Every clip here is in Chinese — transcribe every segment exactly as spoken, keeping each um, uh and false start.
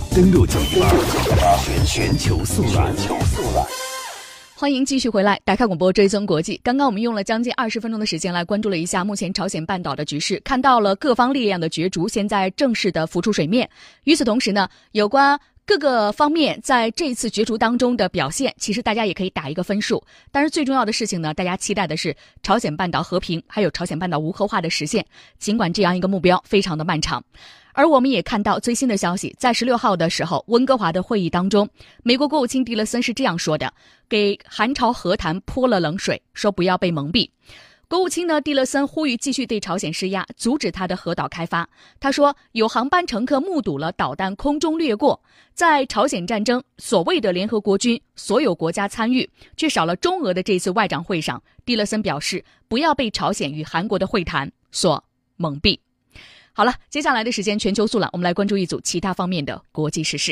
登录九一八全全球速览。 欢迎继续回来，打开广播追踪国际。刚刚我们用了将近二十分钟的时间来关注了一下目前朝鲜半岛的局势，看到了各方力量的角逐现在正式的浮出水面。与此同时呢，有关各个方面在这次角逐当中的表现，其实大家也可以打一个分数。但是最重要的事情呢，大家期待的是朝鲜半岛和平，还有朝鲜半岛无核化的实现。尽管这样一个目标非常的漫长。而我们也看到最新的消息，在十六号的时候，温哥华的会议当中，美国国务卿蒂勒森是这样说的，给韩朝和谈泼了冷水，说不要被蒙蔽。国务卿呢，蒂勒森呼吁继续对朝鲜施压，阻止他的核岛开发。他说，有航班乘客目睹了导弹空中掠过，在朝鲜战争所谓的联合国军所有国家参与，却少了中俄的这次外长会上，蒂勒森表示，不要被朝鲜与韩国的会谈所蒙蔽。好了，接下来的时间全球速览，我们来关注一组其他方面的国际时事。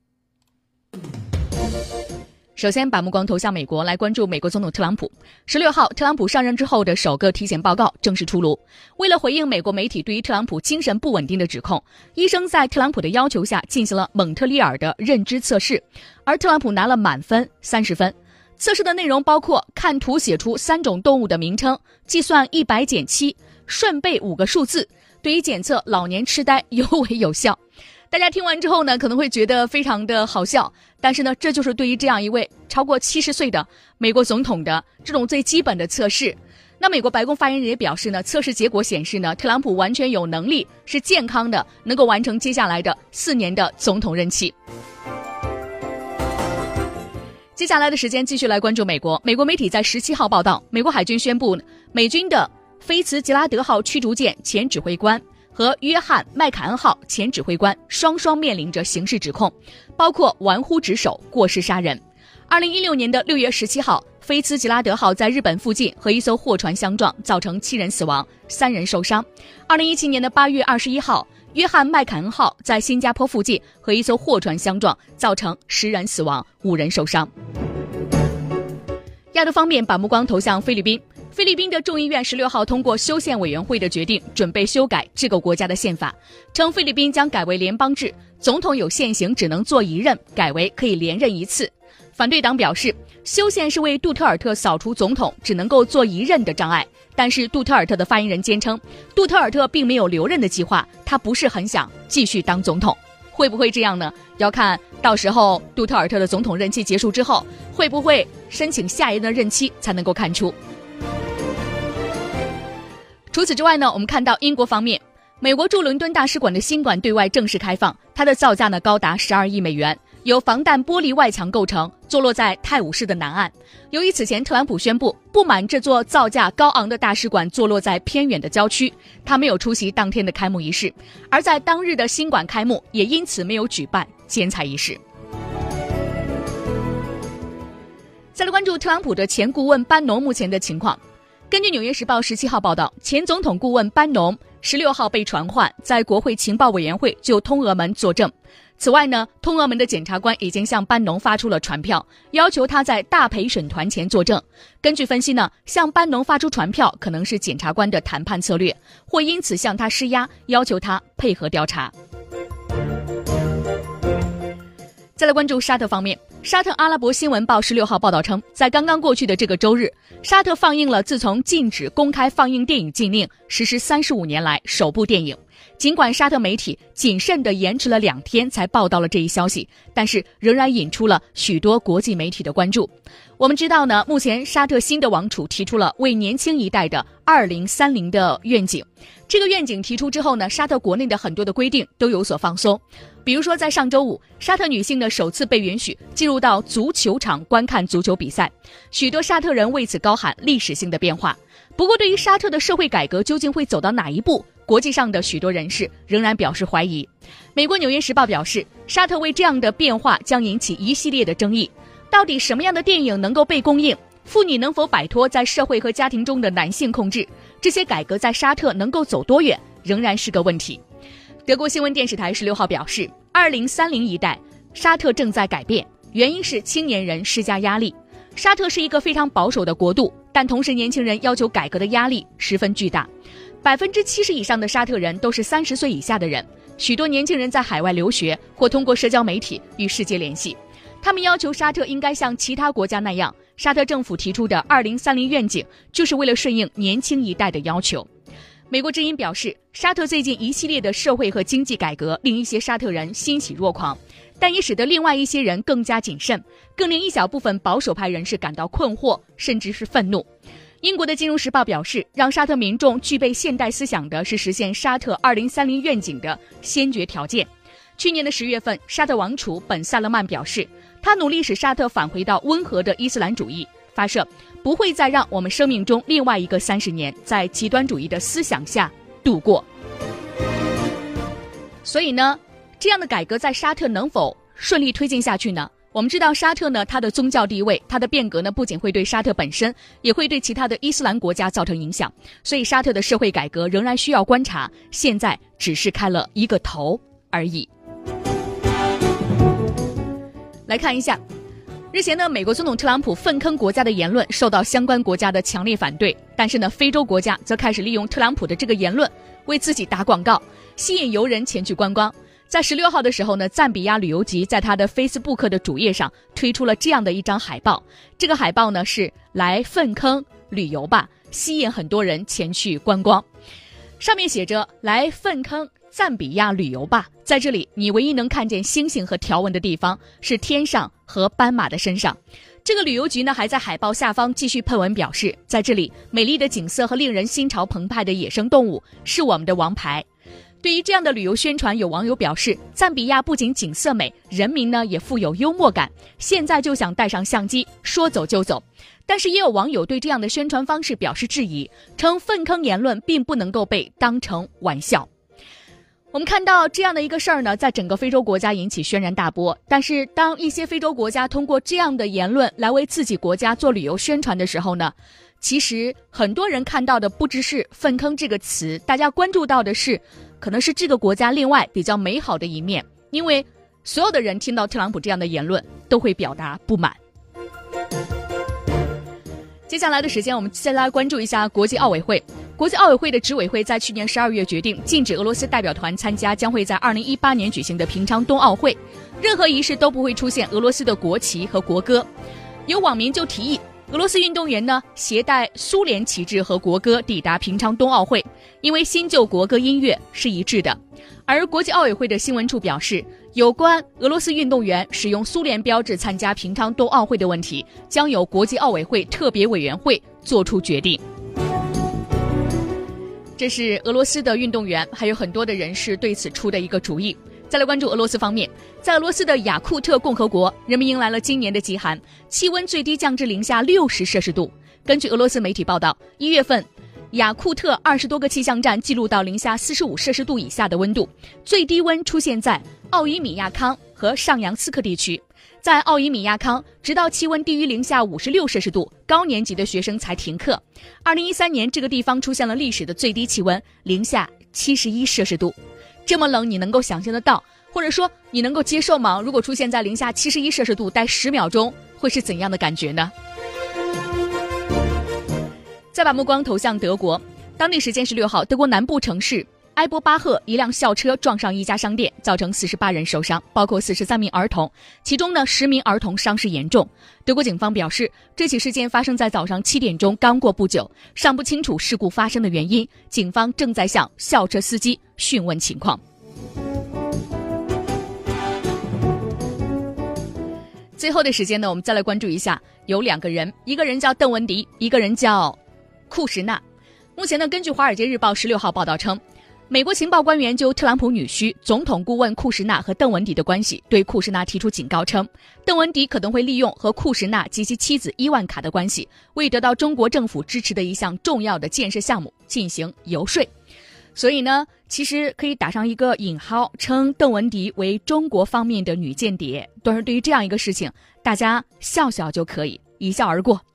首先把目光投向美国，来关注美国总统特朗普。十六号，特朗普上任之后的首个体检报告正式出炉。为了回应美国媒体对于特朗普精神不稳定的指控，医生在特朗普的要求下进行了蒙特利尔的认知测试，而特朗普拿了满分三十分。测试的内容包括看图写出三种动物的名称，计算一百减七，顺背五个数字，对于检测老年痴呆尤为有效。大家听完之后呢，可能会觉得非常的好笑，但是呢，这就是对于这样一位超过七十岁的美国总统的这种最基本的测试。那美国白宫发言人也表示呢，测试结果显示呢，特朗普完全有能力，是健康的，能够完成接下来的四年的总统任期。接下来的时间继续来关注美国。美国媒体在十七号报道，美国海军宣布，美军的菲茨杰拉德号驱逐舰前指挥官和约翰麦凯恩号前指挥官双双面临着刑事指控，包括玩忽职守、过失杀人。二零一六年的六月十七号，菲茨杰拉德号在日本附近和一艘货船相撞，造成七人死亡，三人受伤。二零一七年的八月二十一号，约翰麦凯恩号在新加坡附近和一艘货船相撞，造成十人死亡，五人受伤。亚洲方面，把目光投向菲律宾。菲律宾的众议院十六号通过修宪委员会的决定，准备修改这个国家的宪法，称菲律宾将改为联邦制，总统有现行只能做一任，改为可以连任一次。反对党表示，修宪是为杜特尔特扫除总统只能够做一任的障碍，但是杜特尔特的发言人坚称，杜特尔特并没有留任的计划，他不是很想继续当总统。会不会这样呢？要看到时候杜特尔特的总统任期结束之后，会不会申请下一任的任期才能够看出。除此之外呢，我们看到英国方面，美国驻伦敦大使馆的新馆对外正式开放，它的造价呢高达十二亿美元，由防弹玻璃外墙构成，坐落在泰晤士的南岸。由于此前特朗普宣布不满这座造价高昂的大使馆坐落在偏远的郊区，他没有出席当天的开幕仪式，而在当日的新馆开幕也因此没有举办剪彩仪式。再来关注特朗普的前顾问班农目前的情况。根据《纽约时报》十七号报道，前总统顾问班农十六号被传唤，在国会情报委员会就通俄门作证。此外呢，通俄门的检察官已经向班农发出了传票，要求他在大陪审团前作证。根据分析呢，向班农发出传票可能是检察官的谈判策略，会因此向他施压，要求他配合调查。再来关注沙特方面，沙特阿拉伯新闻报十六号报道称，在刚刚过去的这个周日，沙特放映了自从禁止公开放映电影禁令实施三十五年来首部电影。尽管沙特媒体谨慎地延迟了两天才报道了这一消息，但是仍然引出了许多国际媒体的关注。我们知道呢，目前沙特新的王储提出了为年轻一代的二零三零的愿景。这个愿景提出之后呢，沙特国内的很多的规定都有所放松。比如说在上周五，沙特女性呢首次被允许进入到足球场观看足球比赛，许多沙特人为此高喊历史性的变化。不过对于沙特的社会改革究竟会走到哪一步，国际上的许多人士仍然表示怀疑。美国《纽约时报》表示，沙特为这样的变化将引起一系列的争议，到底什么样的电影能够被公映？妇女能否摆脱在社会和家庭中的男性控制？这些改革在沙特能够走多远，仍然是个问题。德国新闻电视台十六号表示，二零三零一代沙特正在改变，原因是青年人施加压力。沙特是一个非常保守的国度，但同时年轻人要求改革的压力十分巨大。百分之七十以上的沙特人都是三十岁以下的人， 许多年轻人在海外留学或通过社交媒体与世界联系。他们要求沙特应该像其他国家那样，沙特政府提出的二零三零愿景就是为了顺应年轻一代的要求。美国之音表示，沙特最近一系列的社会和经济改革令一些沙特人欣喜若狂，但也使得另外一些人更加谨慎，更令一小部分保守派人士感到困惑，甚至是愤怒。英国的《金融时报》表示，让沙特民众具备现代思想的是实现沙特二零三零愿景的先决条件。去年的十月份，沙特王储本·萨勒曼表示，他努力使沙特返回到温和的伊斯兰主义，发射不会再让我们生命中另外一个三十年在极端主义的思想下度过。所以呢，这样的改革在沙特能否顺利推进下去呢？我们知道沙特呢，它的宗教地位，它的变革呢，不仅会对沙特本身，也会对其他的伊斯兰国家造成影响。所以沙特的社会改革仍然需要观察，现在只是开了一个头而已。来看一下，日前呢，美国总统特朗普粪坑国家的言论受到相关国家的强烈反对，但是呢，非洲国家则开始利用特朗普的这个言论为自己打广告，吸引游人前去观光。在十六号的时候呢，赞比亚旅游局在他的 Facebook 的主页上推出了这样的一张海报，这个海报呢是来粪坑旅游吧，吸引很多人前去观光。上面写着来粪坑赞比亚旅游吧，在这里你唯一能看见星星和条纹的地方是天上和斑马的身上。这个旅游局呢还在海报下方继续喷文表示，在这里美丽的景色和令人心潮澎湃的野生动物是我们的王牌。对于这样的旅游宣传，有网友表示，赞比亚不仅景色美，人民呢也富有幽默感，现在就想带上相机说走就走。但是也有网友对这样的宣传方式表示质疑，称粪坑言论并不能够被当成玩笑。我们看到这样的一个事儿呢，在整个非洲国家引起轩然大波，但是当一些非洲国家通过这样的言论来为自己国家做旅游宣传的时候呢，其实很多人看到的不只是粪坑这个词，大家关注到的是可能是这个国家另外比较美好的一面，因为所有的人听到特朗普这样的言论都会表达不满。接下来的时间，我们再来关注一下国际奥委会。国际奥委会的执委会在去年十二月决定禁止俄罗斯代表团参加将会在二零一八年举行的平昌冬奥会，任何仪式都不会出现俄罗斯的国旗和国歌。有网民就提议，俄罗斯运动员呢携带苏联旗帜和国歌抵达平昌冬奥会，因为新旧国歌音乐是一致的。而国际奥委会的新闻处表示，有关俄罗斯运动员使用苏联标志参加平昌冬奥会的问题，将由国际奥委会特别委员会做出决定。这是俄罗斯的运动员，还有很多的人士对此出的一个主意。再来关注俄罗斯方面，在俄罗斯的雅库特共和国，人们迎来了今年的极寒，气温最低降至零下六十摄氏度。根据俄罗斯媒体报道，一月份雅库特二十多个气象站记录到零下四十五摄氏度以下的温度，最低温出现在奥伊米亚康和上扬斯克地区。在奥伊米亚康，直到气温低于零下五十六摄氏度，高年级的学生才停课。二零一三年，这个地方出现了历史的最低气温零下七十一摄氏度。这么冷，你能够想象得到，或者说你能够接受吗？如果出现在零下七十一摄氏度待十秒钟，会是怎样的感觉呢？再把目光投向德国，当地时间十六号，德国南部城市埃伯巴赫一辆校车撞上一家商店，造成四十八人受伤，包括四十三名儿童，其中呢十名儿童伤势严重。德国警方表示，这起事件发生在早上七点钟刚过不久，尚不清楚事故发生的原因，警方正在向校车司机讯问情况。最后的时间呢，我们再来关注一下，有两个人，一个人叫邓文迪，一个人叫库什纳。目前呢，根据《华尔街日报》十六号报道称，美国情报官员就特朗普女婿、总统顾问库什纳和邓文迪的关系，对库什纳提出警告，称邓文迪可能会利用和库什纳及其妻子伊万卡的关系，为得到中国政府支持的一项重要的建设项目进行游说。所以呢，其实可以打上一个引号，称邓文迪为中国方面的女间谍。但是对于这样一个事情，大家笑笑就可以，一笑而过。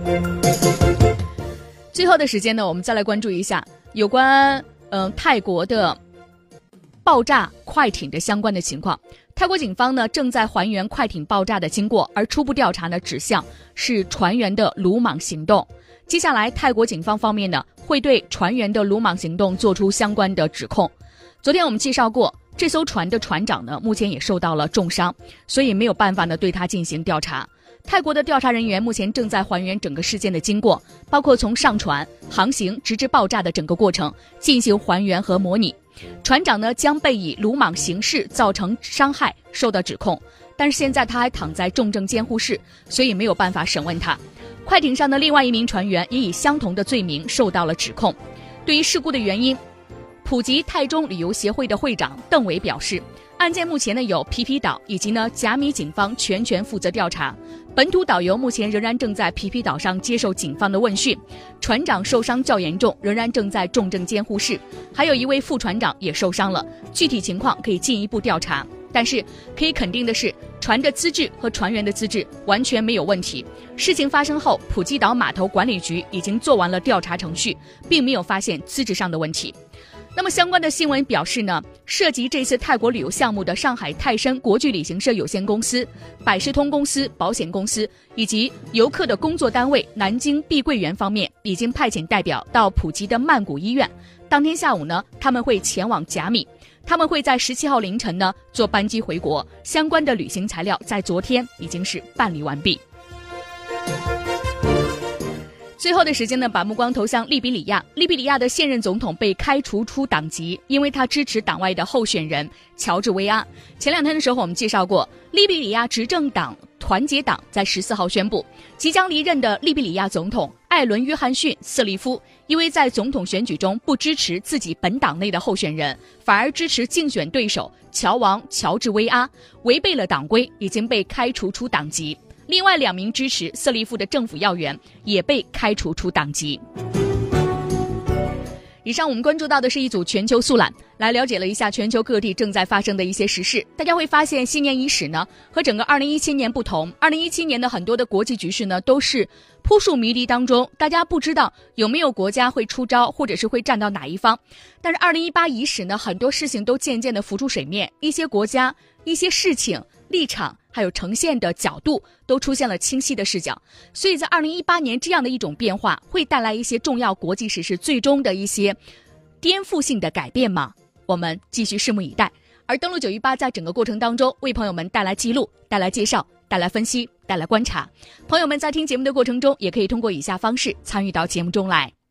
最后的时间呢，我们再来关注一下有关嗯、呃、泰国的爆炸快艇的相关的情况。泰国警方呢正在还原快艇爆炸的经过，而初步调查呢指向是船员的鲁莽行动。接下来泰国警方方面呢会对船员的鲁莽行动做出相关的指控。昨天我们介绍过， 这艘船的船长呢，目前也受到了重伤，所以没有办法呢对他进行调查。泰国的调查人员目前正在还原整个事件的经过，包括从上船、航行直至爆炸的整个过程进行还原和模拟。船长呢将被以鲁莽行事造成伤害受到指控，但是现在他还躺在重症监护室，所以没有办法审问他。快艇上的另外一名船员也以相同的罪名受到了指控。对于事故的原因，普吉泰中旅游协会的会长邓伟表示，案件目前呢由皮皮岛以及呢甲米警方全权负责调查，本土导游目前仍然正在皮皮岛上接受警方的问讯，船长受伤较严重，仍然正在重症监护室，还有一位副船长也受伤了，具体情况可以进一步调查。但是可以肯定的是，船的资质和船员的资质完全没有问题。事情发生后，普吉岛码头管理局已经做完了调查程序，并没有发现资质上的问题。那么相关的新闻表示呢，涉及这次泰国旅游项目的上海泰山国际旅行社有限公司、百世通公司、保险公司以及游客的工作单位南京碧桂园方面已经派遣代表到普吉的曼谷医院。当天下午呢，他们会前往甲米，他们会在十七号凌晨呢坐班机回国，相关的旅行材料在昨天已经是办理完毕。最后的时间呢，把目光投向利比里亚。利比里亚的现任总统被开除出党籍，因为他支持党外的候选人乔治维阿。前两天的时候我们介绍过，利比里亚执政党团结党在十四号宣布，即将离任的利比里亚总统艾伦·约翰逊·瑟利夫，因为在总统选举中不支持自己本党内的候选人，反而支持竞选对手乔王乔治维阿，违背了党规，已经被开除出党籍。另外两名支持瑟利夫的政府要员也被开除出党籍。以上我们关注到的是一组全球速览，来了解了一下全球各地正在发生的一些时事。大家会发现新年伊始呢，和整个二零一七年不同，二零一七年的很多的国际局势呢都是扑朔迷离当中，大家不知道有没有国家会出招，或者是会站到哪一方。但是二零一八伊始呢，很多事情都渐渐的浮出水面，一些国家、一些事情、立场还有呈现的角度都出现了清晰的视角。所以在二零一八年这样的一种变化会带来一些重要国际时事最终的一些颠覆性的改变吗？我们继续拭目以待。而登陆九一八在整个过程当中为朋友们带来记录、带来介绍、带来分析、带来观察。朋友们在听节目的过程中也可以通过以下方式参与到节目中来。